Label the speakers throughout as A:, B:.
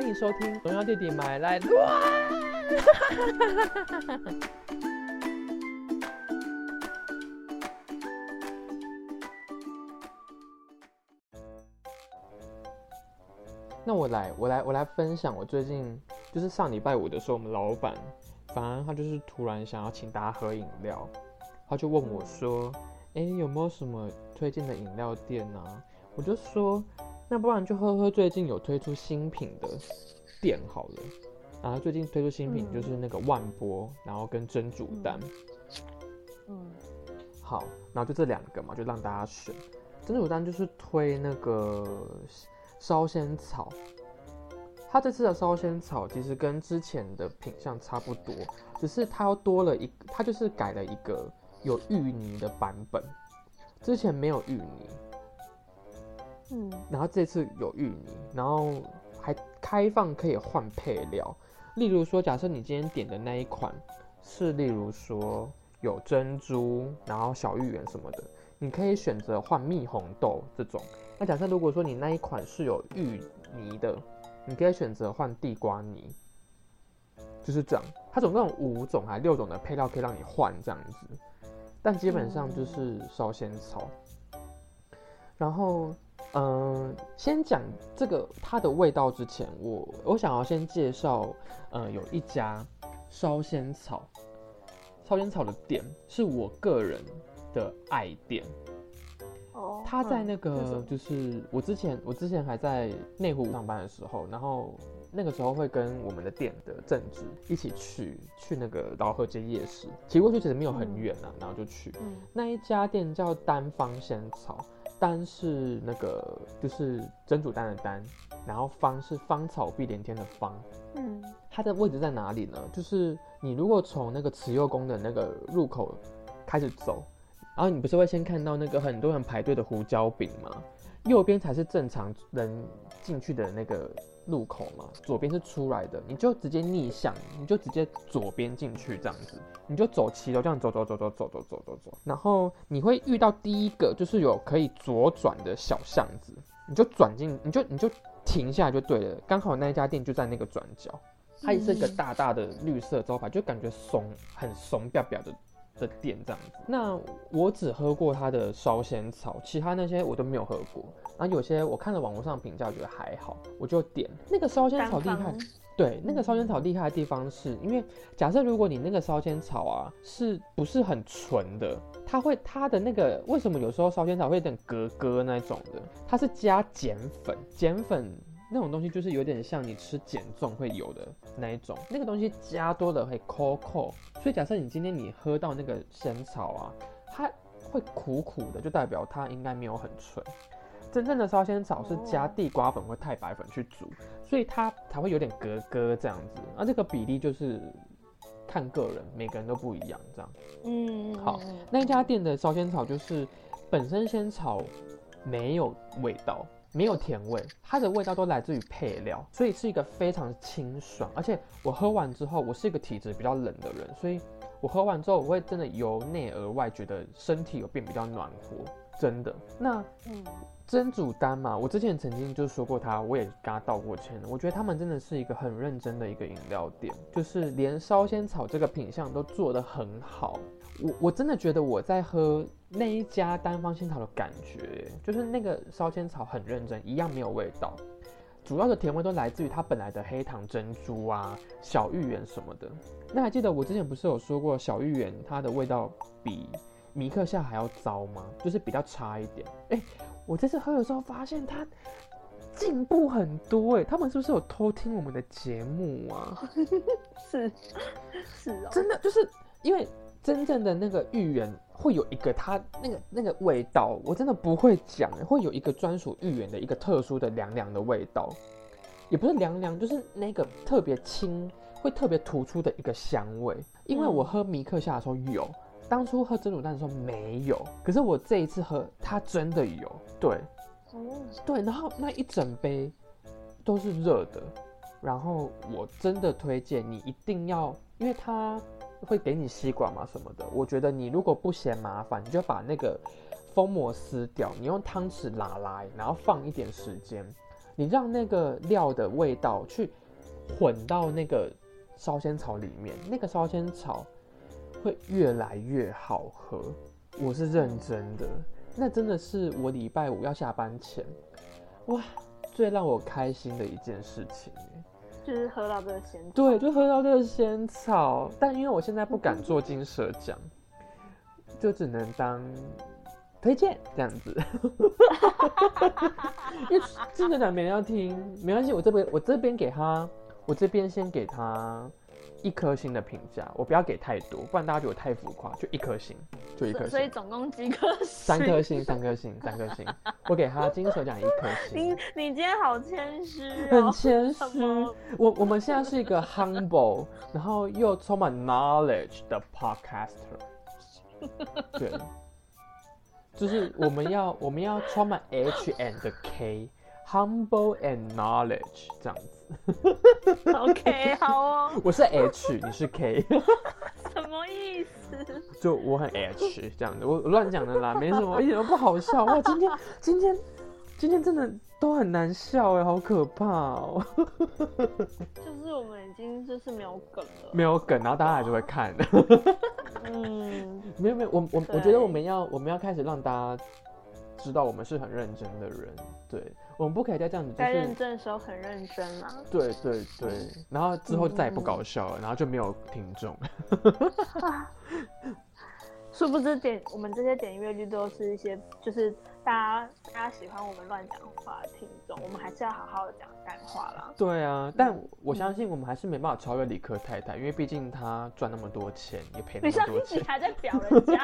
A: 欢迎收听荣耀弟弟买来乱。那我来分享我最近就是上礼拜五的时候，我们老板反正他就是突然想要请大家喝饮料，他就问我说：“有没有什么推荐的饮料店啊？”我就说：“那不然就喝喝最近有推出新品的店好了。”然后最近推出新品就是那个万波，然后跟蒸煮蛋。好，然后就这两个嘛，就让大家选。蒸煮蛋就是推那个烧仙草，它这次的烧仙草其实跟之前的品相差不多，只是它又多了它就是改了一个有芋泥的版本，之前没有芋泥，然后这次有芋泥，然后还开放可以换配料，例如说，假设你今天点的那一款是，例如说有珍珠，然后小芋圆什么的，你可以选择换蜜红豆这种。那假设如果说你那一款是有芋泥的，你可以选择换地瓜泥，就是这样。它总共有5种还6种的配料可以让你换这样子，但基本上就是烧仙草。然后，先讲这个它的味道之前，我想要先介绍，有一家烧仙草的店是我个人的爱店。他在那个就是我之前还在内湖上班的时候，然后那个时候会跟我们的店的正职一起去那个老河街夜市，骑过去其实没有很远啊，然后就去那一家店叫单方仙草，单是那个就是蒸煮蛋的单，然后方是芳草碧连天的芳。它的位置在哪里呢？就是你如果从那个慈幼宫的那个入口开始走，然后你不是会先看到那个很多人排队的胡椒饼吗？右边才是正常人进去的那个路口嘛，左边是出来的，你就直接逆向，你就直接左边进去这样子，你就走骑楼这样走，然后你会遇到第一个就是有可以左转的小巷子，你就转进，你就停下来就对了，刚好那一家店就在那个转角，它也是一个大大的绿色招牌，就感觉很怂彪彪的店这样子。那我只喝过它的烧仙草，其他那些我都没有喝过。然后有些我看了网络上评价，我觉得还好，我就点那个烧仙草厉害。对，那个烧仙草厉害的地方是因为假设如果你那个烧仙草啊是不是很纯的，它的那个为什么有时候烧仙草会有点格格那种的，它是加碱粉。那种东西就是有点像你吃减重会有的那一种，那个东西加多了会扣，所以假设你今天你喝到那个仙草啊，它会苦苦的，就代表它应该没有很纯。真正的烧仙草是加地瓜粉或太白粉去煮，所以它才会有点格这样子。而这个比例就是看个人，每个人都不一样这样。好，那一家店的烧仙草就是本身仙草没有味道。没有甜味，它的味道都来自于配料，所以是一个非常清爽。而且我喝完之后，我是一个体质比较冷的人，所以我喝完之后，我会真的由内而外觉得身体有变比较暖和，真的。那蒸煮丹嘛，我之前曾经就说过它，我也跟他道过歉了。我觉得他们真的是一个很认真的一个饮料店，就是连烧仙草这个品项都做得很好。我真的觉得我在喝那一家单方仙草的感觉，就是那个烧仙草很认真，一样没有味道，主要的甜味都来自于它本来的黑糖珍珠啊、小芋圆什么的。那还记得我之前不是有说过小芋圆它的味道比米克夏还要糟吗？就是比较差一点。我这次喝的时候发现它进步很多他们是不是有偷听我们的节目啊？
B: 是
A: 真的就是因为真正的那个芋圆会有一个它那个味道，我真的不会讲，会有一个专属芋圆的一个特殊的凉凉的味道，也不是凉凉，就是那个特别轻，会特别突出的一个香味。因为我喝米克夏的时候有，当初喝蒸煮蛋的时候没有，可是我这一次喝它真的有，对，然后那一整杯都是热的，然后我真的推荐你一定要，因为它会给你吸管嘛什么的，我觉得你如果不嫌麻烦，你就把那个封膜撕掉，你用汤匙拉，然后放一点时间， 你让那个料的味道去混到那个烧仙草里面，那个烧仙草会越来越好喝。我是认真的，那真的是我礼拜五要下班前，哇，最让我开心的一件事情。
B: 就是喝到这个仙草。
A: 对，就喝到这个仙草。但因为我现在不敢做金蛇奖，就只能当推荐这样子。因为金蛇奖没人要听，没关系，我这边给他，我这边先给他1颗星的评价，我不要给太多，不然大家觉得我太浮夸，就1颗星，就1颗星。
B: 所以总共几颗星
A: ？3颗星，3颗星，3颗星。我给他金蛇奖1颗星。
B: 你今天好谦虚哦。
A: 很谦虚。我们现在是一个 humble， 然后又充满 knowledge 的 podcaster。对，就是我们要充满 H and K。Humble and knowledge 这样子。
B: OK， 好哦。
A: 我是 H， 你是 K。
B: 什么意思？
A: 就我很 H 这样的，我乱讲的啦，没什么，一点都不好笑。哇，今天真的都很难笑哎，好可怕哦。
B: 就是我们已经就是没有梗了。
A: 没有梗，然后大家还是会看。没有，我觉得我们要开始让大家知道我们是很认真的人。对，我们不可以再这样子，
B: 该认真的时候很认真啦。
A: 对，然后之后再也不搞笑了，然后就没有听众。
B: 殊不知我们这些点阅率都是一些就是大家喜欢我们乱讲话的听众，我们还是要好好的讲干话啦。
A: 对啊，但我相信我们还是没办法超越理科太太，因为毕竟她赚那么多钱，也赔那么多钱。
B: 你还在表人家？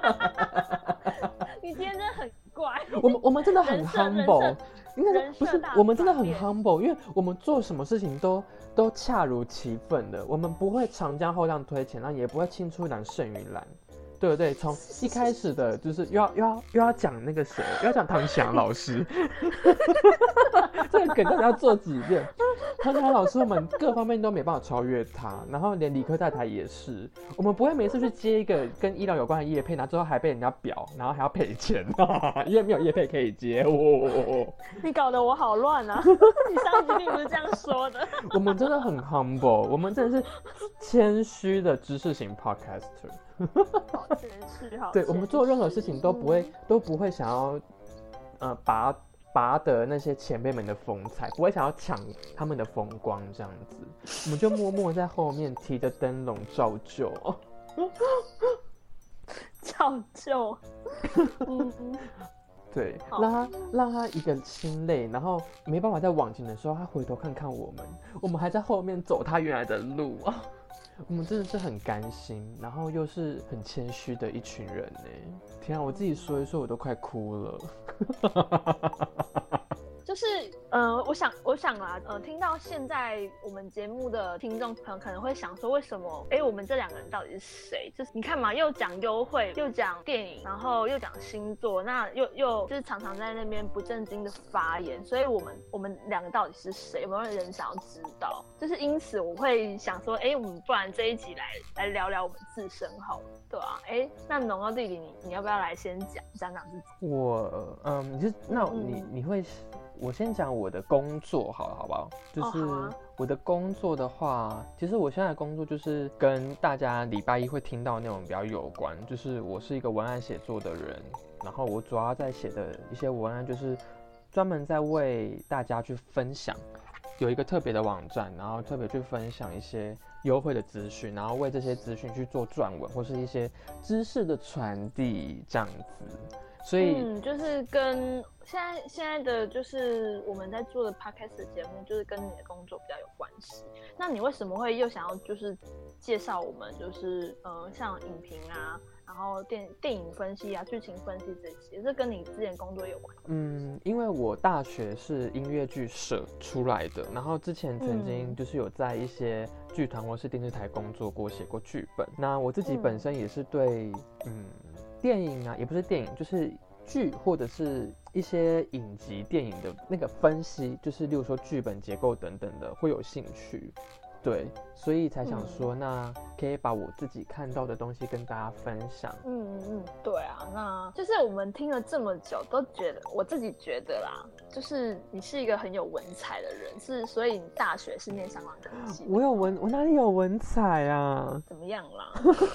B: 你今天真的很怪。
A: 我们真的很 humble， 应该说不是，我们真的很 humble， 因为我们做什么事情都恰如其分的，我们不会长江后浪推前浪，也不会青出于蓝胜于蓝。对不对？从一开始的就是又要讲那个谁，又要讲唐翔老师。这个梗到底要做几遍？唐翔老师我们各方面都没办法超越他，然后连理科太太也是，我们不会每次去接一个跟医疗有关的业配，然后之后还被人家表，然后还要赔钱因为没有业配可以接。
B: 你搞得我好乱啊！你上一集并不是这样说的。
A: 我们真的很 humble， 我们真的是谦虚的知识型 podcaster。
B: 好谦虚，好。
A: 对，我们做任何事情都不会想要拔得那些前辈们的风采，不会想要抢他们的风光，这样子，我们就默默在后面提着灯笼照旧。
B: 照旧。
A: 对，让他一个心累，然后没办法再往前的时候，他回头看看我们还在后面走他原来的路啊。我们真的是很甘心，然后又是很谦虚的一群人呢。天啊，我自己说一说我都快哭了。
B: 就是我想啦，听到现在我们节目的听众朋友可能会想说，为什么我们这2个人到底是谁？就是你看嘛，又讲优惠，又讲电影，然后又讲星座，那又就是常常在那边不正经的发言，所以我们2个到底是谁？有没有人想要知道？就是因此我会想说，我们不然这一集来聊聊我们自身好了，对啊，那农药弟弟你要不要来先讲自己？
A: 你会。我先讲我的工作好了，好不好？就是我的工作的话，其实我现在的工作就是跟大家礼拜一会听到那种比较有关，就是我是一个文案写作的人，然后我主要在写的一些文案就是专门在为大家去分享，有一个特别的网站，然后特别去分享一些优惠的资讯，然后为这些资讯去做撰文或是一些知识的传递这样子。所以
B: 就是跟现在的就是我们在做的 podcast 的节目，就是跟你的工作比较有关系。那你为什么会又想要就是介绍我们就是像影评啊，然后电影分析啊、剧情分析这些，这跟你之前工作有关？
A: 因为我大学是音乐剧社出来的，然后之前曾经就是有在一些剧团或是电视台工作过，写过剧本。那我自己本身也是对电影啊，也不是电影，就是剧或者是一些影集电影的那个分析，就是例如说剧本结构等等的，会有兴趣。 对，所以才想说，那可以把我自己看到的东西跟大家分享。
B: 对啊，那就是我们听了这么久，都觉得我自己觉得啦，就是你是一个很有文采的人，所以你大学是念相关科系。
A: 我哪里有文采啊？
B: 怎么样啦？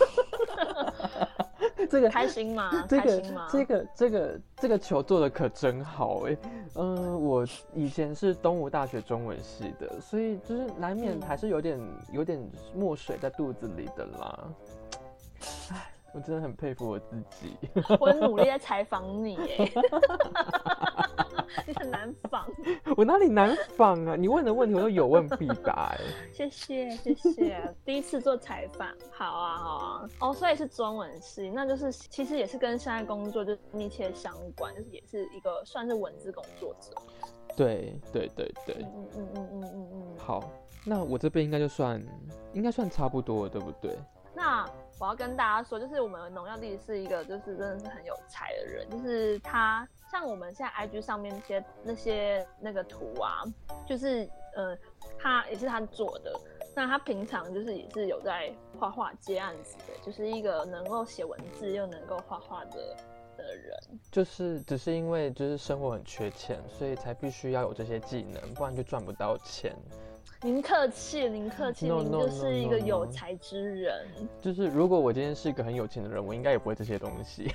A: 这个
B: 开心吗？
A: 开
B: 心吗？
A: 这个球做的可真好哎。我以前是东吴大学中文系的，所以就是难免还是有点墨水在肚子里的啦。唉，我真的很佩服我自己。
B: 我很努力在采访你耶。你很难仿。
A: 我哪里难仿啊？你问的问题我都有问必答哎。
B: 谢谢。第一次做采访，好啊。哦，所以是中文系，那就是其实也是跟现在工作就是密切相关，就是也是一个算是文字工作者。
A: 对。好，那我这边应该算差不多了，对不对？
B: 那我要跟大家说，就是我们农药弟是一个就是真的是很有才的人，就是他像我们现在 IG 上面那个图啊，就是他也是他做的。那他平常就是也是有在画画接案子的，就是一个能够写文字又能够画画的人。就是
A: 只是因为就是生活很缺钱，所以才必须要有这些技能，不然就赚不到钱。您客气，您就是一个有才之人。就是如果我今天是一个很有钱的人，我应该也不会这些东西。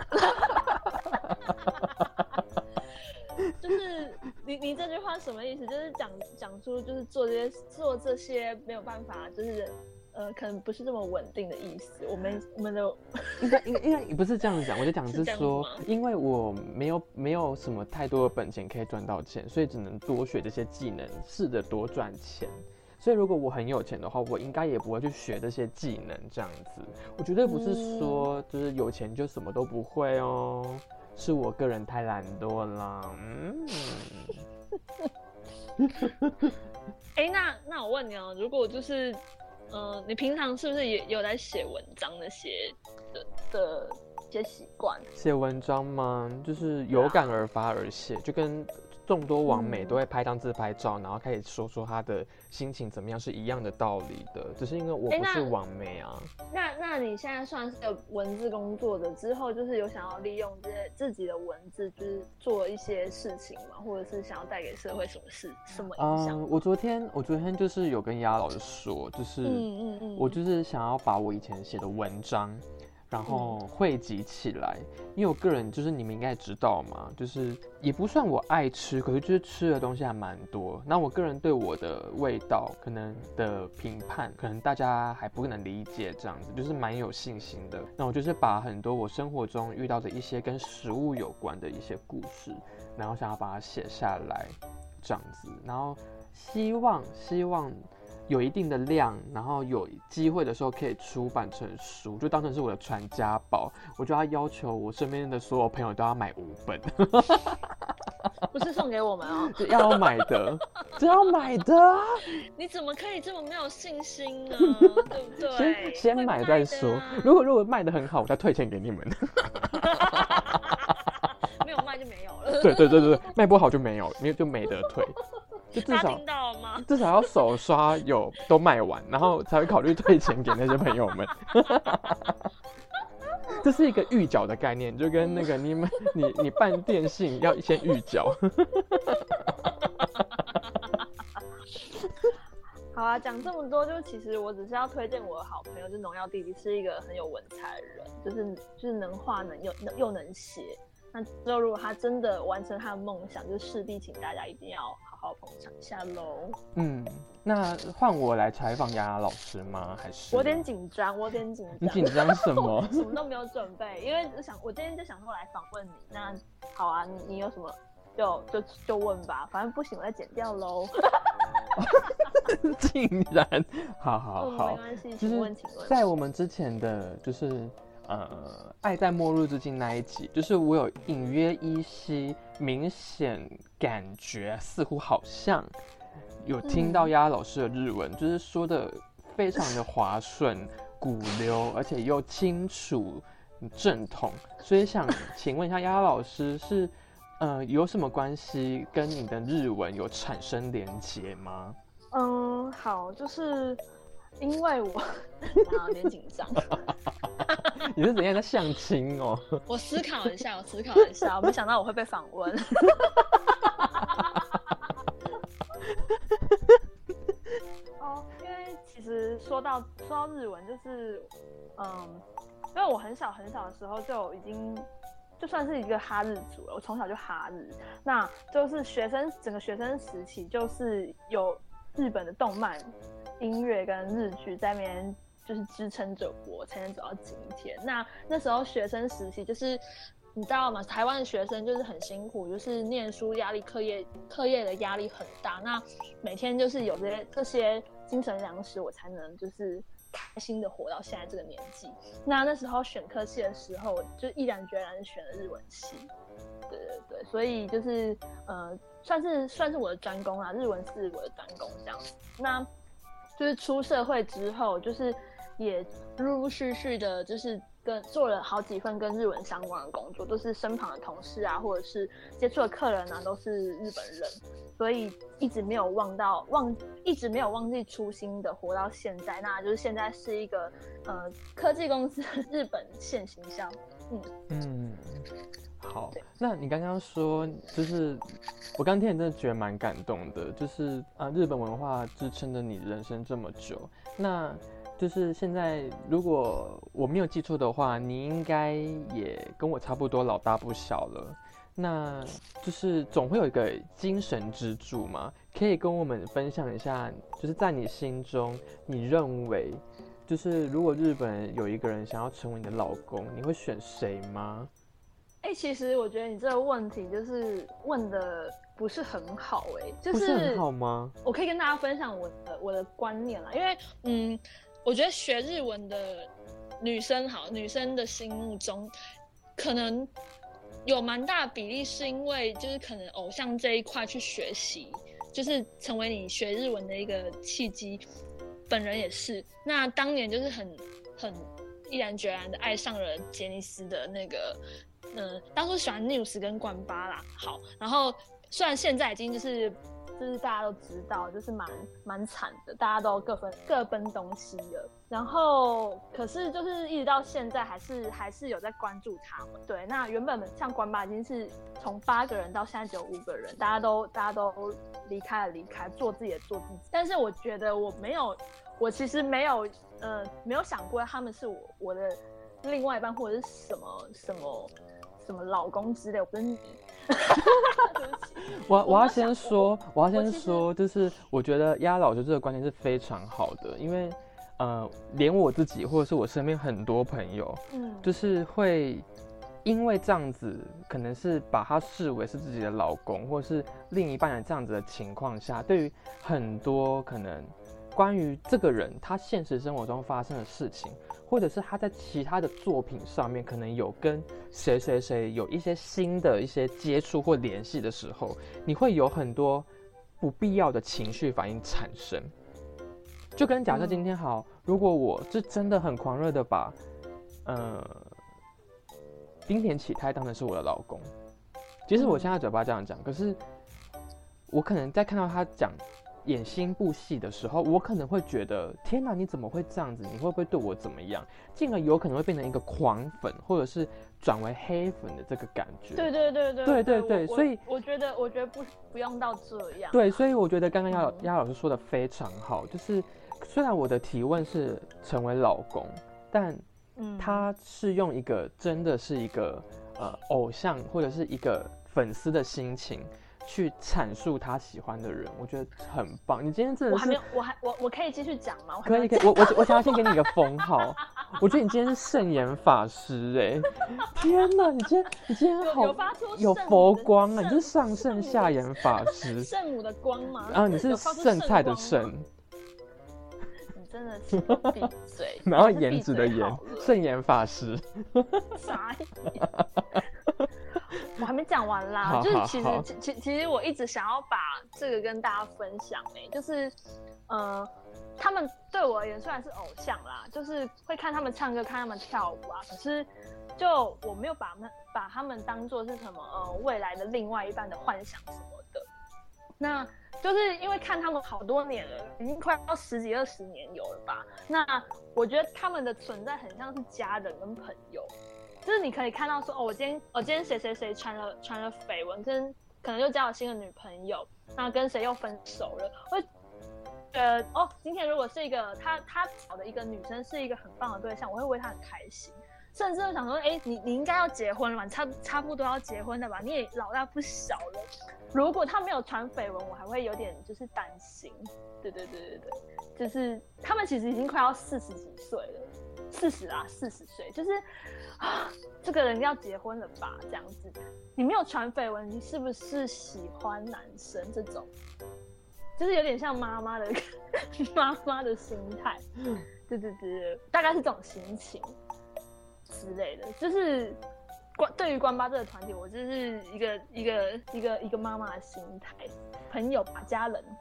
A: 就是你这句话什么意思？就是讲出就是做这些没有办法，就是可能不是这么稳定的意思。我们的应该不是这样讲，我就讲是说，因为我没有什么太多的本钱可以赚到钱，所以只能多学这些技能，试着多赚钱。所以如果我很有钱的话，我应该也不会去学这些技能这样子。我绝对不是说就是有钱就什么都不会哦，是我个人太懒惰了。那我问你哦，如果就是你平常是不是也有在写文章那些的一些习惯？写文章吗？就是有感而发而写，就跟众多网美都会拍张自拍照，然后开始说他的心情怎么样是一样的道理的，只是因为我不是网美啊。那你现在算是有文字工作的之后，就是有想要利用这些自己的文字，就是做一些事情吗？或者是想要带给社会什么影响？我昨天就是有跟丫老师说，就是我就是想要把我以前写的文章，然后汇集起来，因为我个人就是你们应该也知道嘛，就是也不算我爱吃，可是就是吃的东西还蛮多。那我个人对我的味道可能的评判，可能大家还不能理解，这样子就是蛮有信心的。那我就是把很多我生活中遇到的一些跟食物有关的一些故事，然后想要把它写下来，这样子，然后希望有一定的量，然后有机会的时候可以出版成书，就当成是我的传家宝。我就要求我身边的所有朋友都要买5本，不是送给我们哦，要买的，这要买的。你怎么可以这么没有信心呢？对不对？先买再说。如果卖得很好，我再退钱给你们。没有卖就没有了。对，卖不好就没有，就没得退。就至少听到了吗？至少要手刷都卖完，然后才会考虑退钱给那些朋友们。这是一个预缴的概念，就跟那个你办电信要先预缴。好啊，讲这么多，就其实我只是要推荐我的好朋友，就是农药弟弟是一个很有文采的人，就是能画又能写。那之后如果他真的完成他的梦想，就势必请大家一定要好好捧场一下喽。那换我来采访雅雅老师吗？还是我有点紧张。你紧张什么？什么都没有准备，因为我今天就想说来访问你。那好啊，你有什么就问吧，反正不行我再剪掉喽。竟然，好，没关系，请问。在我们之前的就是爱在末日之境那一集，就是我有隐约依稀明显感觉，似乎好像有听到丫老师的日文，就是说的非常的滑顺、骨溜，而且又清楚、正统，所以想请问一下丫老师是有什么关系跟你的日文有产生连结吗？
B: 好，就是因为我有点紧张。
A: 你是怎样在相亲哦？
B: 我思考一下，我没想到我会被访问。因为其实说到日文，就是因为我很小的时候就已经就算是一个哈日族了，我从小就哈日，那就是整个学生时期就是有日本的动漫、音乐跟日剧在那边就是支撑着我，才能走到今天。那时候学生时期就是你知道吗？台湾的学生就是很辛苦，就是念书压力、课业的压力很大。那每天就是有这些精神粮食，我才能就是开心的活到现在这个年纪。那时候选科系的时候，就毅然决然的选了日文系。对，所以就是算是我的专攻啦，日文是我的专攻这样子。那就是出社会之后，就是也陆陆续续的，就是做了好几份跟日文相关的工作，都是身旁的同事啊，或者是接触的客人啊，都是日本人，所以一直没有忘记初心的活到现在。那就是现在是一个科技公司日本线行销。
A: 好，那你刚刚说，就是我刚听你真的觉得蛮感动的，就是日本文化支撑着你人生这么久，那就是现在如果我没有记错的话，你应该也跟我差不多老大不小了，那就是总会有一个精神支柱嘛，可以跟我们分享一下，就是在你心中，你认为就是如果日本有一个人想要成为你的老公，你会选谁吗？
B: 其实我觉得你这个问题就是问的不是很好，就是
A: 不是很好吗？
B: 我可以跟大家分享我的观念啦，因为我觉得学日文的女生的心目中，可能有蛮大的比例是因为就是可能偶像这一块去学习，就是成为你学日文的一个契机。本人也是，那当年就是很毅然决然的爱上了杰尼斯的那个。当初喜欢 News 跟关八啦，好，然后虽然现在已经就是大家都知道，就是蛮惨的，大家都各奔东西了。然后可是就是一直到现在还是有在关注他们。对，那原本像关八已经是从8个人到现在只有5个人，大家都离开，做自己。但是我觉得我其实没有想过他们是我的另外一半，或者是什么老公之类，我不是你。
A: 我要先说，就是我觉得鸭老师这个观念是非常好的，因为连我自己或者是我身边很多朋友，就是会因为这样子，可能是把他视为是自己的老公或者是另一半的这样子的情况下，对于很多可能关于这个人他现实生活中发生的事情，或者是他在其他的作品上面可能有跟谁有一些新的一些接触或联系的时候，你会有很多不必要的情绪反应产生。就跟假设今天好，如果我是真的很狂热的把丁田启泰当成是我的老公，其实我现在嘴巴这样讲，可是我可能在看到他演新部戏的时候，我可能会觉得天哪，你怎么会这样子？你会不会对我怎么样？进而有可能会变成一个狂粉，或者是转为黑粉的这个感觉。对，所以
B: 我觉得不用到这样。
A: 对，所以我觉得刚刚鸭老师说的非常好，就是虽然我的提问是成为老公，但他是用一个真的是一个偶像或者是一个粉丝的心情去阐述他喜欢的人，我觉得很棒。你今天真的是
B: 我可以继续讲吗？
A: 可以，我想要先给你一个封号。我觉得你今天是圣严法师天哪，你今天好有佛光啊！你是上圣下严法师，
B: 圣母的光吗？
A: 然后你是剩菜的剩。
B: 你真的是闭嘴。
A: 然后颜值的颜，圣严法师。
B: 傻眼。我还没讲完啦，就是其实我一直想要把这个跟大家分享就是他们对我而言虽然是偶像啦，就是会看他们唱歌，看他们跳舞啊，可是就我没有把他们当作是什么未来的另外一半的幻想什么的。 那就是因为看他们好多年了，已经快要10几20年有了吧。那我觉得他们的存在很像是家人跟朋友，就是你可以看到说，我今天谁谁谁传了绯闻，可能又交了新的女朋友，那跟谁又分手了，会今天如果是一个他找的一个女生是一个很棒的对象，我会为他很开心。甚至会想说，你应该要结婚了吧，差不多要结婚了吧，你也老大不小了。如果他没有传绯闻，我还会有点就是担心。对，就是他们其实已经快要40几岁了，40岁，就是这个人要结婚了吧，这样子。你没有传绯闻，你是不是喜欢男生？这种就是有点像妈妈的心态。对，大概是这种心情之类的，就是对于关八这个团体，我就是一个妈妈的心态，朋友吧，家人，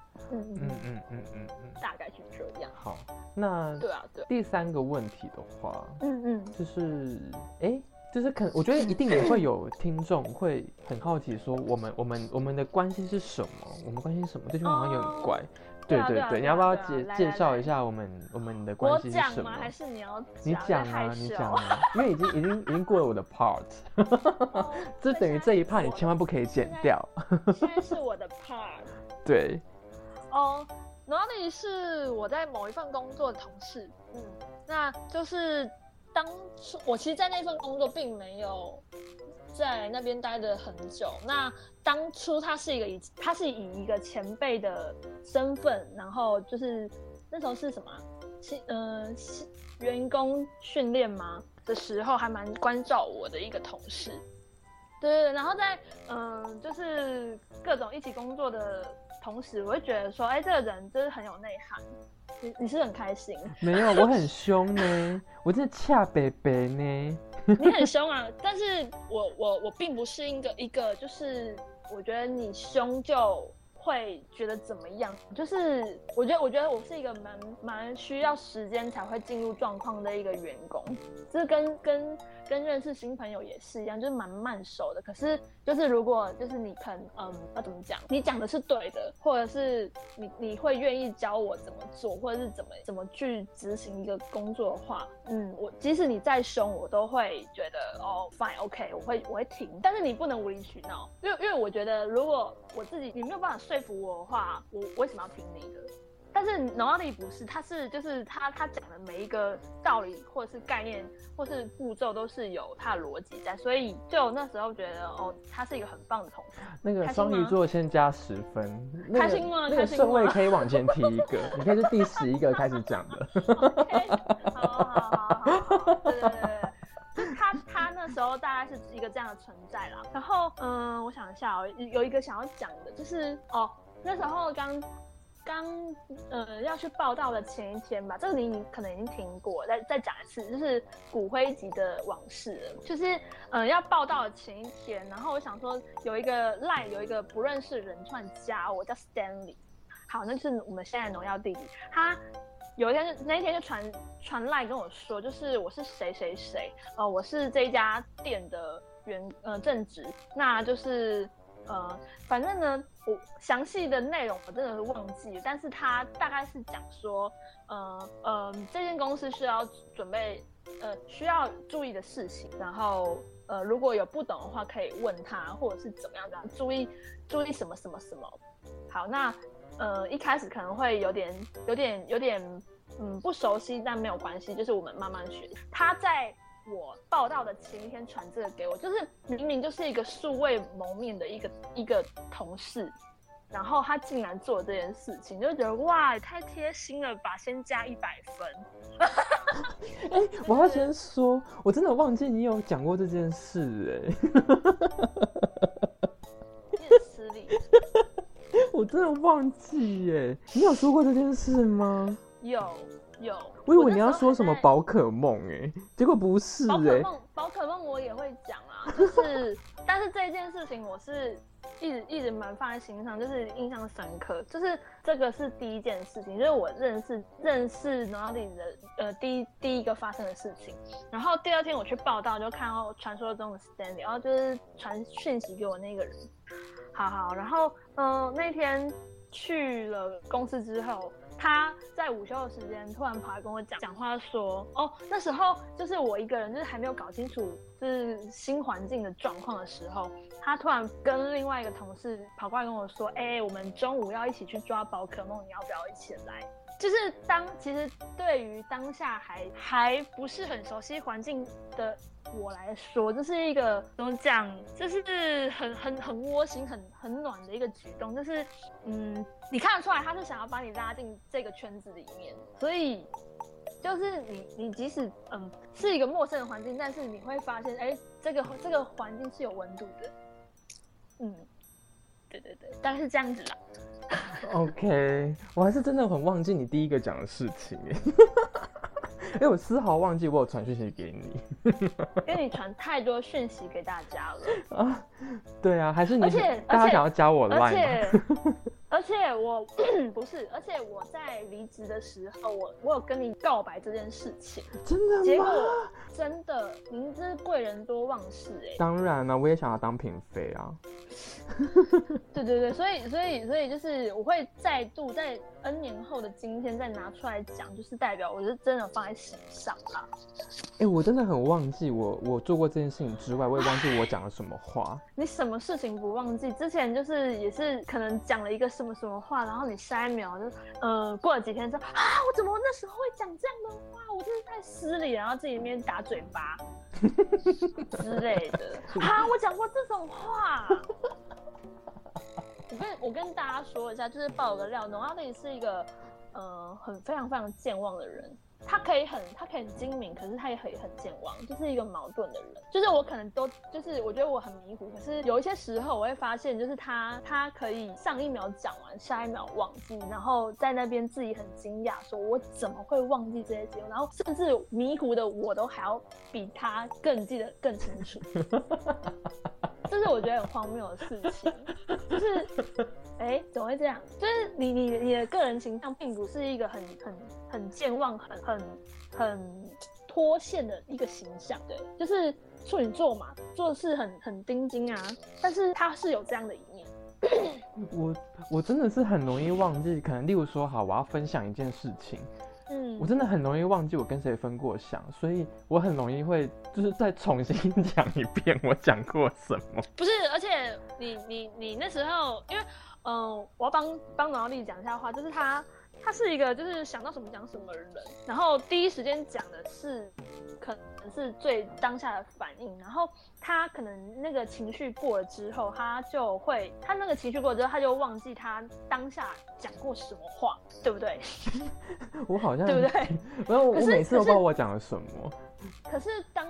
B: 大概是这样。
A: 好，那
B: 对啊，
A: 第3个问题的话，就是我觉得一定也会有听众会很好奇说，我们的关系是什么？我们关系是什么？这句话好像有点怪。对，你要不要介绍一下我们的关系是什么？
B: 我讲吗？还是你要
A: 你讲啊，因为已经过了我的 part， 这等于这一 part 你千万不可以剪掉。
B: 现在是我的 part。
A: 对。
B: Nolly 是我在某一份工作的同事，那就是当初我其实，在那份工作并没有在那边待得很久。那当初他是以一个前辈的身份，然后就是那时候是什么员工训练吗的时候，还蛮关照我的一个同事。对，然后在就是各种一起工作的同时，我会觉得说，这个人真是很有内涵。你是很开心？
A: 没有，我很凶呢，我真的恰北北呢。
B: 你很凶啊，但是我并不是一个就是我觉得你凶就会觉得怎么样，就是我觉得我是一个蛮需要时间才会进入状况的一个员工，就是跟认识新朋友也是一样，就是蛮慢熟的。可是就是如果就是你要怎么讲，你讲的是对的，或者是你会愿意教我怎么做，或者是怎么去执行一个工作的话，我即使你再凶，我都会觉得fine OK， 我会听。但是你不能无理取闹，因为我觉得如果你没有办法说服我的话，我为什么要听你的？但是 Nolly 不是，就是他讲的每一个道理或者是概念或是步骤都是有他的逻辑在，所以就那时候觉得他是一个很棒的同事。
A: 那个双鱼座先加10分，
B: 开心吗？
A: 那个顺位可以往前提一个，你可以是第11个开始讲的。
B: OK， 好，对。就是他那时候大概是一个这样的存在啦。然后我想一下有一个想要讲的，就是那时候刚要去报道的前一天吧，这个你可能已经听过，再讲一次，就是骨灰级的往事了。就是要报道的前一天，然后我想说有一个 LINE 有一个不认识的人突然加我，叫 Stanley。好，那就是我们现在的农药弟弟，他有一天那一天就传 LINE 跟我说，就是我是谁谁谁，我是这一家店的正职，那就是反正呢，我详细的内容我真的是忘记了，但是他大概是讲说，这间公司需要准备需要注意的事情，然后如果有不懂的话可以问他，或者是怎么样注意什么什么什么。好，那一开始可能会有点不熟悉，但没有关系，就是我们慢慢学。他在我报道的前一天传这个给我，就是明明就是一个素未谋面的一个同事，然后他竟然做这件事情，就觉得哇，也太贴心了吧，先加100分。
A: 我要先说，我真的忘记你有讲过这件事
B: 你很失礼。
A: 我真的忘记耶，你有说过这件事吗？
B: 有。
A: 我以为你要说什么宝可梦结果不是
B: 宝可梦我也会讲啊，就是但是这件事情我是一直蛮放在心上，就是印象深刻，就是这个是第一件事情，就是我认识 Nolly 的第一个发生的事情。然后第二天我去报道，就看到传说中的 Stanley， 然后就是传讯息给我那个人。 好，然后那天去了公司之后，他在午休的时间突然跑来跟我讲话说，那时候就是我一个人，就是还没有搞清楚就是新环境的状况的时候，他突然跟另外一个同事跑过来跟我说，我们中午要一起去抓宝可梦，你要不要一起来？就是其实对于当下还不是很熟悉环境的我来说，这是一个怎么讲，就是很窝心、很暖的一个举动。就是你看得出来他是想要把你拉进这个圈子里面，所以就是你即使是一个陌生的环境，但是你会发现，这个环境是有温度的。对，大概是这样子啦。
A: OK， 我还是真的很忘记你第一个讲的事情耶，因为我丝毫忘记我有传讯息给你，
B: 因为你传太多讯息给大家了
A: 啊。对啊，还是你大家想要加我
B: Line
A: 吗？
B: 而且我不是，而且我在离职的时候，我有跟你告白这件事情，
A: 真的吗？
B: 结果真的，您这贵人多忘事
A: 当然了，我也想要当嫔妃啊。
B: 对，所以就是我会再度在 N 年后的今天再拿出来讲，就是代表我是真的放在心上啦。
A: 我真的很忘记我做过这件事情之外，我也忘记我讲了什么话。
B: 你什么事情不忘记？之前就是也是可能讲了一个什么话，然后你下一秒就过了几天之后我怎么那时候会讲这样的话？我真是太失礼了，然后自己那边打嘴巴之类的。我讲过这种话。我跟大家说一下，就是爆个料，农阿丽是一个非常非常健忘的人。他可以很精明，可是他也很健忘，就是一个矛盾的人。就是我可能就是我觉得我很迷糊，可是有一些时候我会发现，就是他可以上一秒讲完，下一秒忘记，然后在那边自己很惊讶，说我怎么会忘记这些结果，然后甚至迷糊的我都还要比他更记得更清楚。这是我觉得很荒谬的事情，就是怎么会这样？就是你的个人形象并不是一个很健忘、很脱线的一个形象，对，就是处女座嘛，做事很钉钉啊，但是他是有这样的一面。
A: 我真的是很容易忘记，可能例如说，好，我要分享一件事情。我真的很容易忘记我跟谁分过享，所以我很容易会就是再重新讲一遍我讲过什么。
B: 不是，而且你那时候，因为我要帮农丽讲一下话，就是他是一个就是想到什么讲什么的人，然后第一时间讲的是可能是最当下的反应，然后他可能那个情绪过了之后，他那个情绪过了之后，他就忘记他当下讲过什么话，对不对？
A: 我好像
B: 对不对？
A: 我每次都不知道我讲了什么。可是
B: 当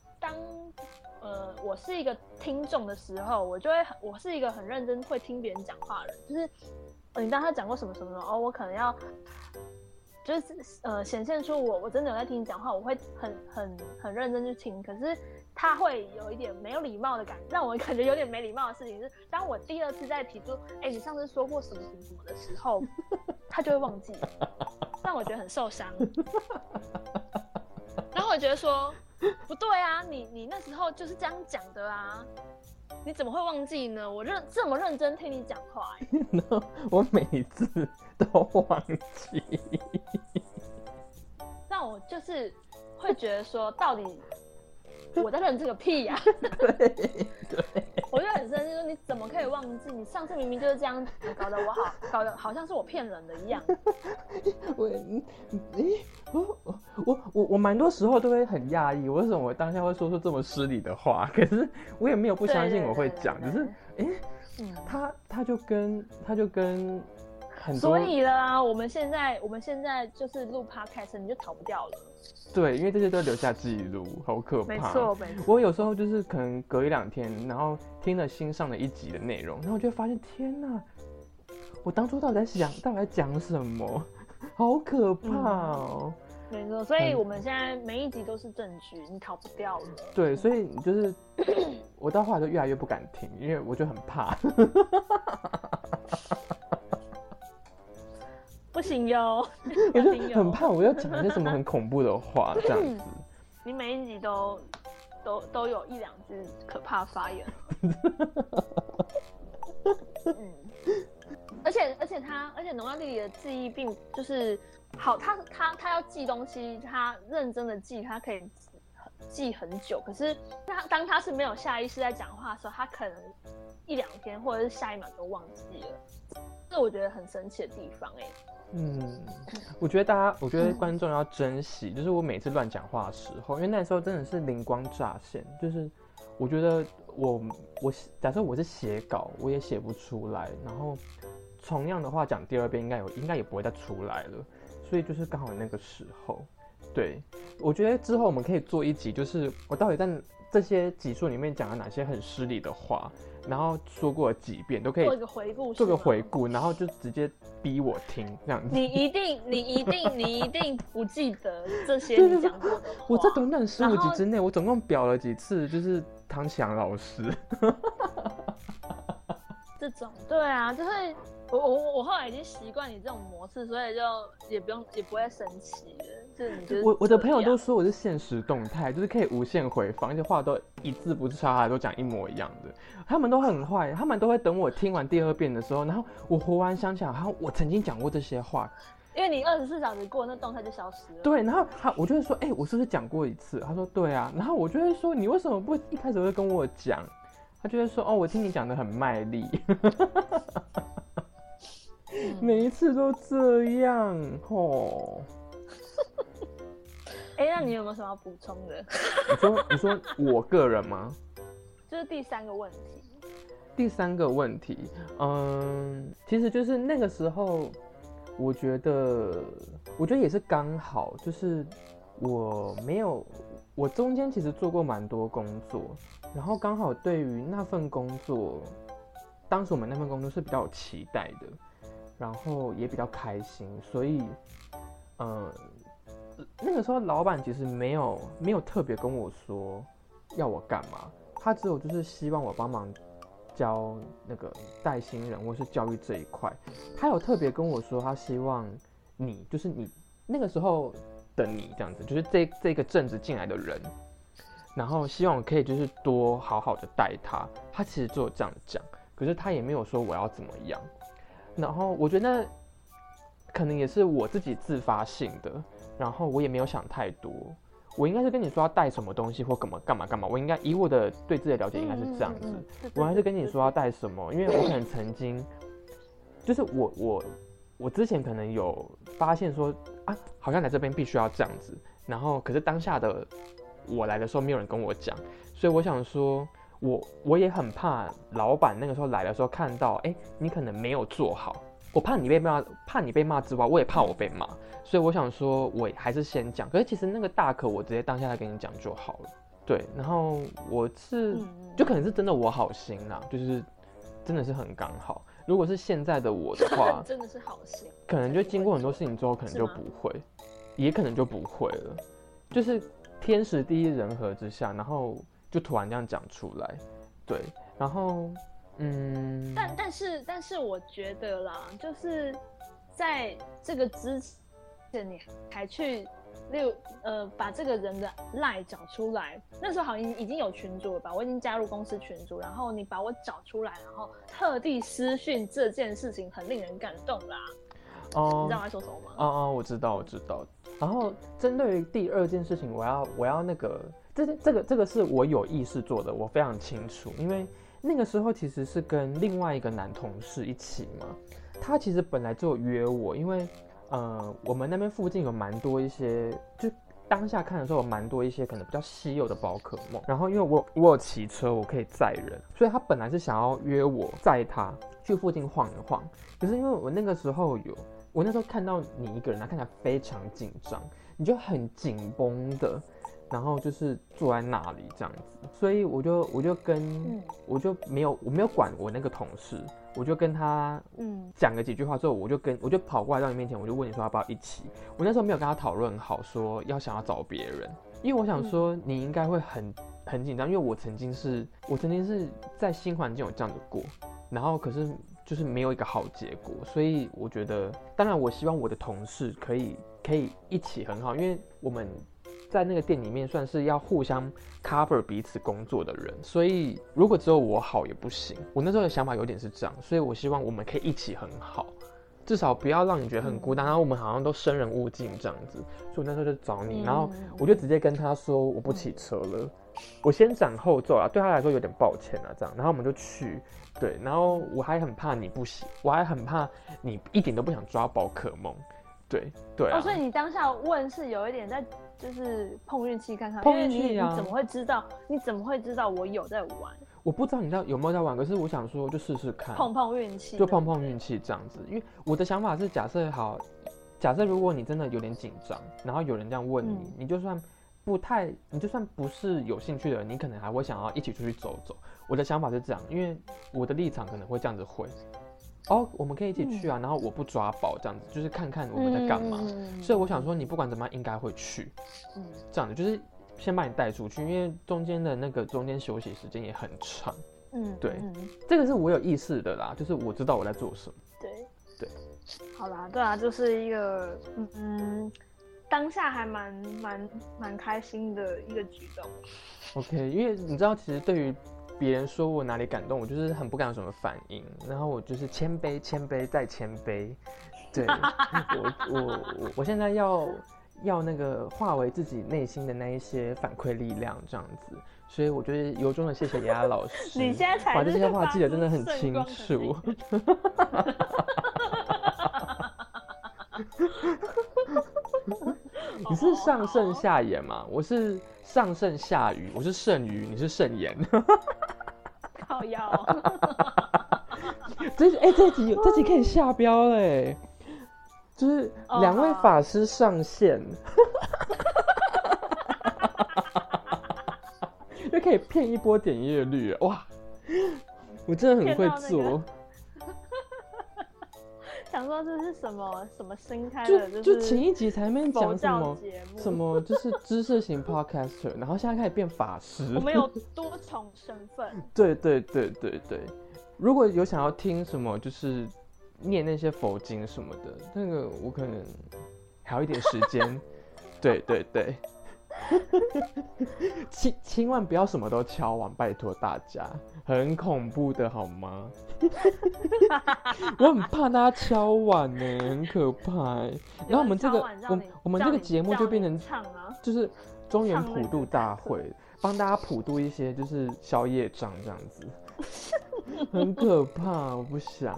B: 我是一个听众的时候，我是一个很认真会听别人讲话的人，就是你当他讲过什么我可能要就是显现出我真的有在听你讲话，我会很认真去听，可是他会有一点没有礼貌的感觉，让我感觉有点没礼貌的事情是，当我第二次再提出你上次说过什么的时候，他就会忘记，让我觉得很受伤。然后我觉得说不对啊，你那时候就是这样讲的啊，你怎么会忘记呢？我这么认真听你讲话
A: 我每次都忘记，
B: 让我就是会觉得说，到底我在认这个屁呀、
A: 对，
B: 我就很生气，说你怎么可以忘记？你上次明明就是这样搞得好像是我骗人的一样。
A: 我蛮多时候都会很讶异，为什么我当下会说出这么失礼的话？可是我也没有不相信我会讲，只是他就跟很多，
B: 所以啦，我们现在就是录 podcast， 你就逃不掉了。
A: 对，因为这些都留下记录，好可怕。
B: 没错。
A: 我有时候就是可能隔一两天，然后听了新上的一集的内容，然后我就发现，天哪，我当初到底在讲什么？好可怕哦。
B: 没错，所以我们现在每一集都是证据，你逃不掉了。
A: 对，所以就是我到后来就越来越不敢听，因为我就很怕。
B: 不行哟，
A: 我就很怕，我要讲一些什么很恐怖的话，这样子。
B: 你每一集都有一两句可怕发言。 而且农药弟弟的记忆并就是好，他要记东西，他认真的记，他可以记很久。可是当他是没有下意识在讲话的时候，他可能1-2天或者是下一秒都忘记了。这我觉得很神奇的地方
A: 我觉得观众要珍惜，就是我每次乱讲话的时候，因为那时候真的是灵光乍现，就是我觉得我假设我是写稿，我也写不出来，然后同样的话讲第2遍应该也不会再出来了，所以就是刚好那个时候，对，我觉得之后我们可以做一集，就是我到底在这些集数里面讲了哪些很失礼的话，然后说过了几遍，都可以做个回顾，然后就直接逼我听这样子。
B: 你一定不记得这些你讲过的话。
A: 我在短短15集之内，我总共表了几次，就是唐启阳老师。
B: 这种对啊，就是我后来已经习惯你这种模式，所以就也不会生气了。就是你就是
A: 我的朋友都说我是限时动态，就是可以无限回放，而且话都一字不差，都讲一模一样的。他们都很坏，他们都会等我听完第2遍的时候，然后我忽然想起来，好像我曾经讲过这些话。
B: 因为你24小时过，那动态就消失了。
A: 对，然后我就会说，我是不是讲过一次？他说对啊，然后我就会说，你为什么不一开始会跟我讲？他就会说，我听你讲得很卖力。每一次都这样吼。
B: 那你有没有什么要补充的？
A: 你说我个人吗？
B: 就是第3个问题。
A: 第3个问题，其实就是那个时候，我觉得也是刚好，就是我中间其实做过蛮多工作，然后刚好对于那份工作，当时我们那份工作是比较有期待的，然后也比较开心，所以那个时候老板其实没有特别跟我说要我干嘛，他只有就是希望我帮忙教那个带新人或是教育这一块。他有特别跟我说，他希望就是你那个时候的你这样子，就是这个正职进来的人，然后希望我可以就是多好好的带他。他其实只有这样讲，可是他也没有说我要怎么样。然后我觉得可能也是我自己自发性的，然后我也没有想太多。我应该是跟你说要带什么东西或干嘛，我应该以我的对自己的了解应该是这样子。我还是跟你说要带什么，因为我可能曾经就是我之前可能有发现说好像来这边必须要这样子，然后可是当下的我来的时候没有人跟我讲，所以我想说我也很怕老板那个时候来的时候看到你可能没有做好，我怕你被骂之外，我也怕我被骂，所以我想说我还是先讲。可是其实那个大可我直接当下再跟你讲就好了。对，然后我是就可能是真的我好心啦，就是真的是很刚好。如果是现在的我的话，
B: 真的是好心，
A: 可能就经过很多事情之后，可能就不会，也可能就不会了。就是天时地利人和之下，然后就突然这样讲出来，对，然后
B: 但是我觉得啦，就是在这个之前，你还去把这个人的 LINE 找出来，那时候好像已经有群组了吧？我已经加入公司群组，然后你把我找出来，然后特地私讯这件事情，很令人感动啦。你知道我在说什么吗？
A: 我知道。然后针对于第2件事情，我要那个，这个是我有意识做的，我非常清楚，因为那个时候其实是跟另外一个男同事一起嘛，他其实本来就有约我，因为我们那边附近有蛮多一些，就当下看的时候有蛮多一些可能比较稀有的宝可梦，然后因为我有骑车，我可以载人，所以他本来是想要约我载他去附近晃一晃，可是因为我那个时候我那时候看到你一个人，他看起来非常紧张，你就很紧绷的，然后就是坐在那里这样子，所以我就没有管我那个同事，我就跟他讲了几句话之后，我就跑过来到你面前，我就问你说要不要一起。我那时候没有跟他讨论好说想要找别人，因为我想说你应该会很紧张，因为我曾经是在新环境有这样子过，然后可是就是没有一个好结果，所以我觉得，当然我希望我的同事可以一起很好，因为我们在那个店里面算是要互相 cover 彼此工作的人，所以如果只有我好也不行。我那时候的想法有点是这样，所以我希望我们可以一起很好，至少不要让你觉得很孤单，然后我们好像都生人勿近这样子。所以我那时候就找你，然后我就直接跟他说我不骑车了，我先斩后奏啊，对他来说有点抱歉啊这样，然后我们就去。对，然后我还很怕你不行，我还很怕你一点都不想抓宝可梦。对啊。
B: 所以你当下问是有一点在就是碰运气看看，
A: 碰运气啊，
B: 因为你怎么会知道？你怎么会知道我有在玩？
A: 我不知道你有没有在玩，可是我想说就试试看，
B: 碰碰运气，
A: 就碰碰运气这样子。因为我的想法是，假设如果你真的有点紧张，然后有人这样问你，你就算不是有兴趣的人，你可能还会想要一起出去走走。我的想法是这样，因为我的立场可能会这样子会。我们可以一起去啊，然后我不抓宝这样子，就是看看我们在干嘛。所以我想说，你不管怎么样应该会去，这样子就是先把你带出去，因为中间的那个中间休息时间也很长。对，这个是我有意识的啦，就是我知道我在做什么。对，
B: 好啦，对啊，就是一个当下还蛮开心的一个举动。
A: OK， 因为你知道，其实对于别人说我哪里感动，我就是很不敢有什么反应，然后我就是谦卑再谦卑。对，我现在要那个化为自己内心的那一些反馈力量这样子，所以我觉得由衷的谢谢雅雅老师，
B: 你现在才
A: 把这些话记得真的很清楚。你是上圣下盐嘛？我是上圣下鱼，我是圣鱼，你是圣盐。
B: 靠腰。
A: 这集可以下标嘞，就是两位法师上线，就可以骗一波点阅率哇！我真的很会做。
B: 想说这是什么新开的，
A: 就前一集才没讲什么就是知识型 podcaster， 然后现在开始变法师。
B: 我们有多重身份。
A: 对。如果有想要听什么，就是念那些佛经什么的，那个我可能还有一点时间。对。千万不要什么都敲完，拜托大家，很恐怖的好吗？我很怕大家敲完呢，很可怕。然后我们这个节目就变成就是中元普渡大会，帮大家普渡一些就是宵夜账这样子，很可怕，我不想。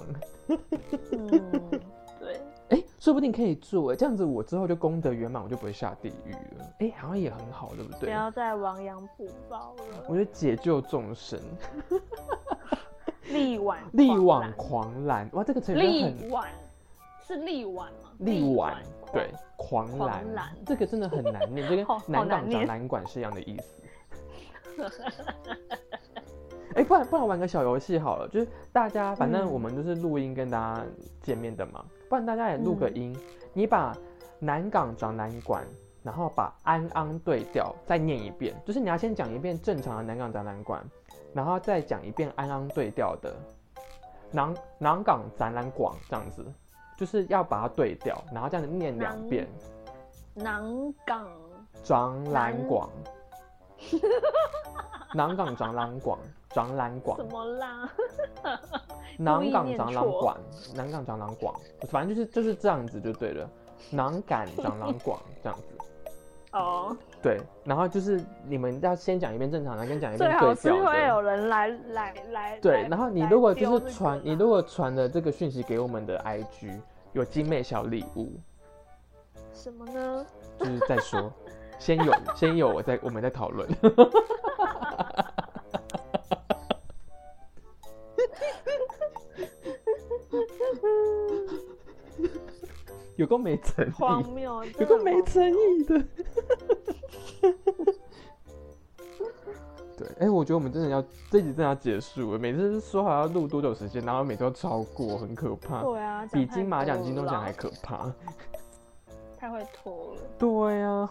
A: 对。说不定可以做这样子，我之后就功德圆满，我就不会下地狱了。好像也很好，对不对？
B: 不要再亡羊补牢了。
A: 我觉得解救众生。
B: 力挽
A: 狂澜，哇，这个成语
B: 力挽是力挽吗？
A: 力挽，对，狂澜，这个真的很难念，这跟南港展览馆是一样的意思。不然玩个小游戏好了，就是大家反正我们就是录音跟大家见面的嘛，不然大家也录个音，你把南港展览馆，然后把安安对调再念一遍，就是你要先讲一遍正常的南港展览馆，然后再讲一遍安安对调的南港展览馆，这样子就是要把它对调，然后这样子念2遍。
B: 南港
A: 展览馆。南港展览馆，什
B: 么啦？
A: 南港展览馆，反正就是这样子就对了。南港展览馆这样子。对，然后就是你们要先讲一遍正常的，跟讲一遍对调的。
B: 最好是会有人来。
A: 对，然后你如果就是传的这个讯息给我们的 IG， 有精美小礼物。
B: 什么呢？
A: 就是再说。先有我们在讨论。有够没诚意，
B: 荒谬，
A: 有够没诚意的。对，我觉得我们这一集真的要结束了。每次说好要录多久时间，然后每次都超过，很可怕。
B: 对啊，
A: 比金马奖、金钟奖还可怕。
B: 太会拖了。
A: 对啊，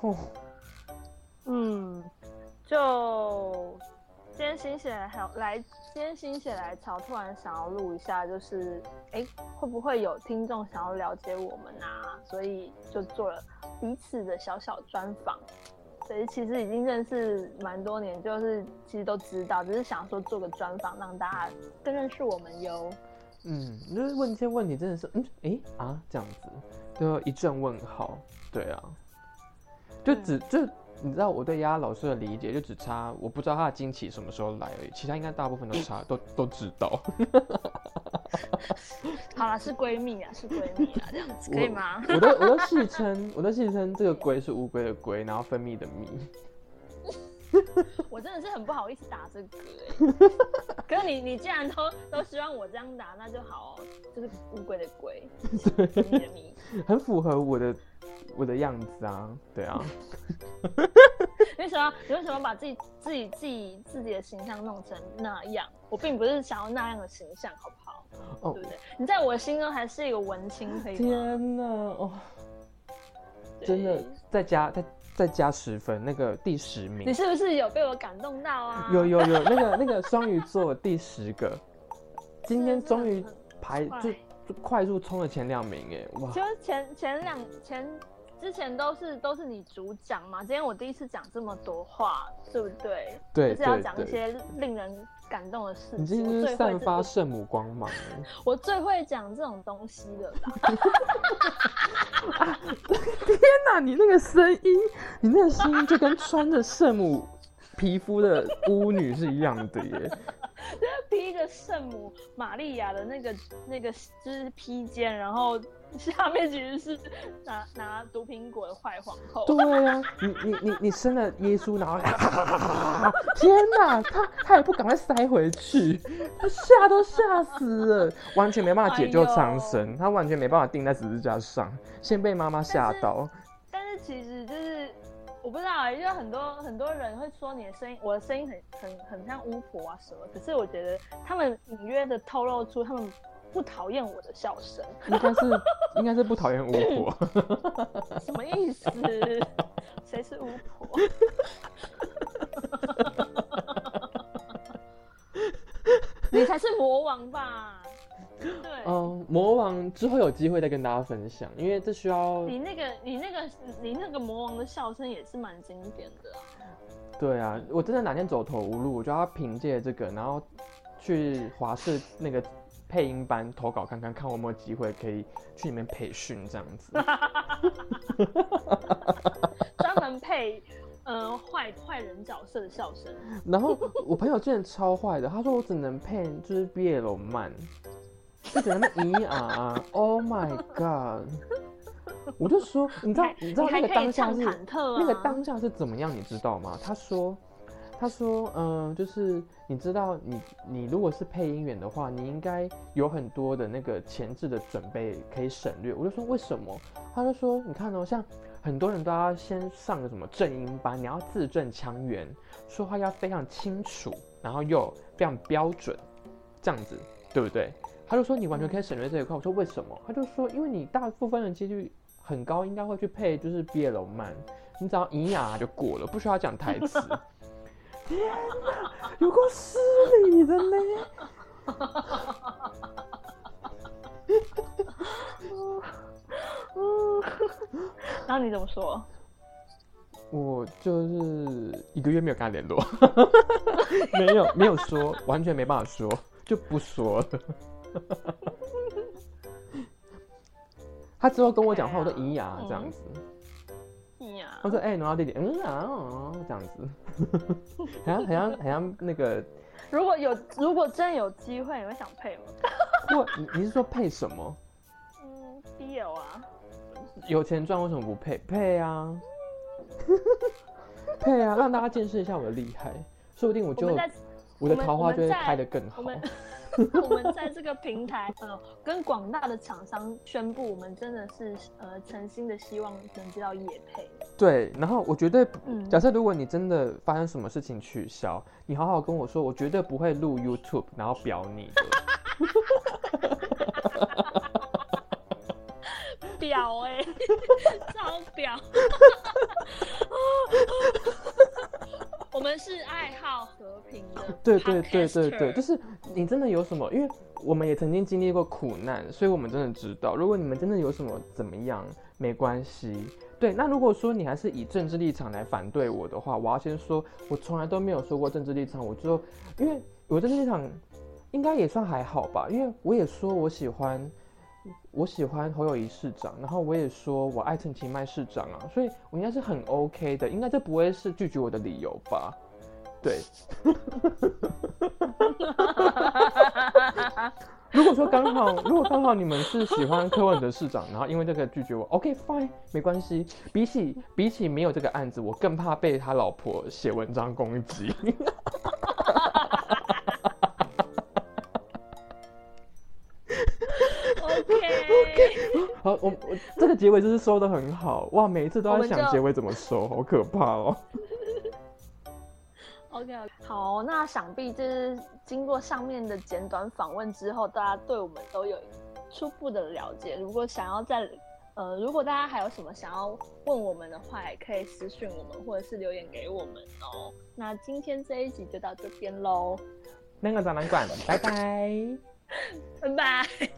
B: 就今天心血来潮，突然想要录一下，就是会不会有听众想要了解我们啊？所以就做了彼此的小小专访。 对，其实已经认识蛮多年，就是其实都知道，只是想说做个专访，让大家更认识我们哟。
A: 就是问一些问题真的是，这样子，就一阵问号。对啊，就你知道我对丫丫老师的理解，就只差我不知道她的经期什么时候来而已，其他应该大部分都知道。
B: 好啦，是闺蜜啊，这样子可以吗？
A: 我都戏称这个龟是乌龟的龟，然后分泌的泌。
B: 我真的是很不好意思打这个可是你既然都希望我这样打，那就好就是乌龟的龟，分泌的泌，
A: 很符合我的样子啊，对啊。
B: 你为什么把自己的形象弄成那样？我并不是想要那样的形象，好不好？对不对？你在我的心中还是一个文青，可以吗？
A: 天哪，真的再加10分，那个第10名。
B: 你是不是有被我感动到啊？
A: 有，那个双鱼座第10个，今天终于就快速冲了前2名哎，哇！
B: 就之前都是你主讲嘛，今天我第一次讲这么多话，对不对？
A: 对，
B: 就是要讲一些令人感动的事情。
A: 你今天是散发圣母光芒
B: 我最会讲这种东西的啦。
A: 天哪，你那个声音就跟穿着圣母皮肤的巫女是一样的耶。
B: 就是披着圣母玛利亚的那个就是披肩，然后下面其实是拿毒苹果的坏皇后。
A: 对啊，你生了耶稣，然后天哪，他也不赶快塞回去，他都吓死了，完全没办法解救苍生，他完全没办法钉在十字架上，先被妈妈吓到。
B: 但是其实就是我不知道因为很多人会说我的声音很像巫婆啊什么，可是我觉得他们隐约的透露出他们不讨厌我的笑声，
A: 应该是不讨厌巫婆。
B: 什么意思？谁是巫婆？你才是魔王吧？对，
A: 魔王之后有机会再跟大家分享，因为这需要
B: 你那个魔王的笑声也是蛮经典的啊。
A: 对啊，我真的哪天走投无路，我就要凭借这个，然后去华视那个配音班投稿看我有没有机会可以去里面培训这样子。
B: 专门配坏人角色的笑声。
A: 然后我朋友之前超坏的，他说我只能配就是 BL 漫，就只能咿啊 ，Oh my god！ 我就说，你知道那个当下是那个当下是怎么样，你知道吗？他说，就是你知道你如果是配音员的话，你应该有很多的那个前置的准备可以省略。我就说为什么？他就说你看像很多人都要先上个什么正音班，你要字正腔圆，说话要非常清楚，然后又非常标准，这样子对不对？他就说你完全可以省略这一块。我说为什么？他就说因为你大部分的几率很高，应该会去配就是 BL 漫，你只要咿呀就过了，不需要讲台词。天哪，有够失礼的呢！
B: 然后你怎么说？
A: 我就是1个月没有跟他联络，没有说，完全没办法说，就不说了。他之后跟我讲话，我都咿呀这样子。他说：“农药弟弟，这样子，很像那个。
B: 如果真有机会，你会想配吗？
A: 你是说配什么
B: ？BL 啊。
A: 有钱赚为什么不配啊？配啊，让大家见识一下我的厉害，说不定我的桃花就会开得更好。
B: 我们在这个平台，跟广大的厂商宣布，我们真的是诚心的希望能接到业配。对，
A: 然后我绝对，假设如果你真的发生什么事情取消，你好好跟我说，我绝对不会录 YouTube 然后表你的。
B: 表超表。我们是爱好和平的。
A: 对，就是你真的有什么，因为我们也曾经经历过苦难，所以我们真的知道，如果你们真的有什么怎么样，没关系， 对，那如果说你还是以政治立场来反对我的话，我要先说，我从来都没有说过政治立场，因为我政治立场应该也算还好吧，因为我也说我喜欢侯友宜市长，然后我也说我爱陈其迈市长啊，所以我应该是很 OK 的，应该这不会是拒绝我的理由吧？对。如果刚好你们是喜欢柯文哲市长，然后因为这个拒绝我 ，OK fine 没关系。比起没有这个案子，我更怕被他老婆写文章攻击。
B: OK，
A: 好，我这个结尾就是收得很好哇，每一次都在想结尾怎么收，好可怕哦。
B: OK， 好，那想必就是经过上面的简短访问之后，大家对我们都有初步的了解。如果大家还有什么想要问我们的话，也可以私讯我们，或者是留言给我们哦。那今天这一集就到这边喽，
A: 那个展览馆，拜拜，
B: 拜拜。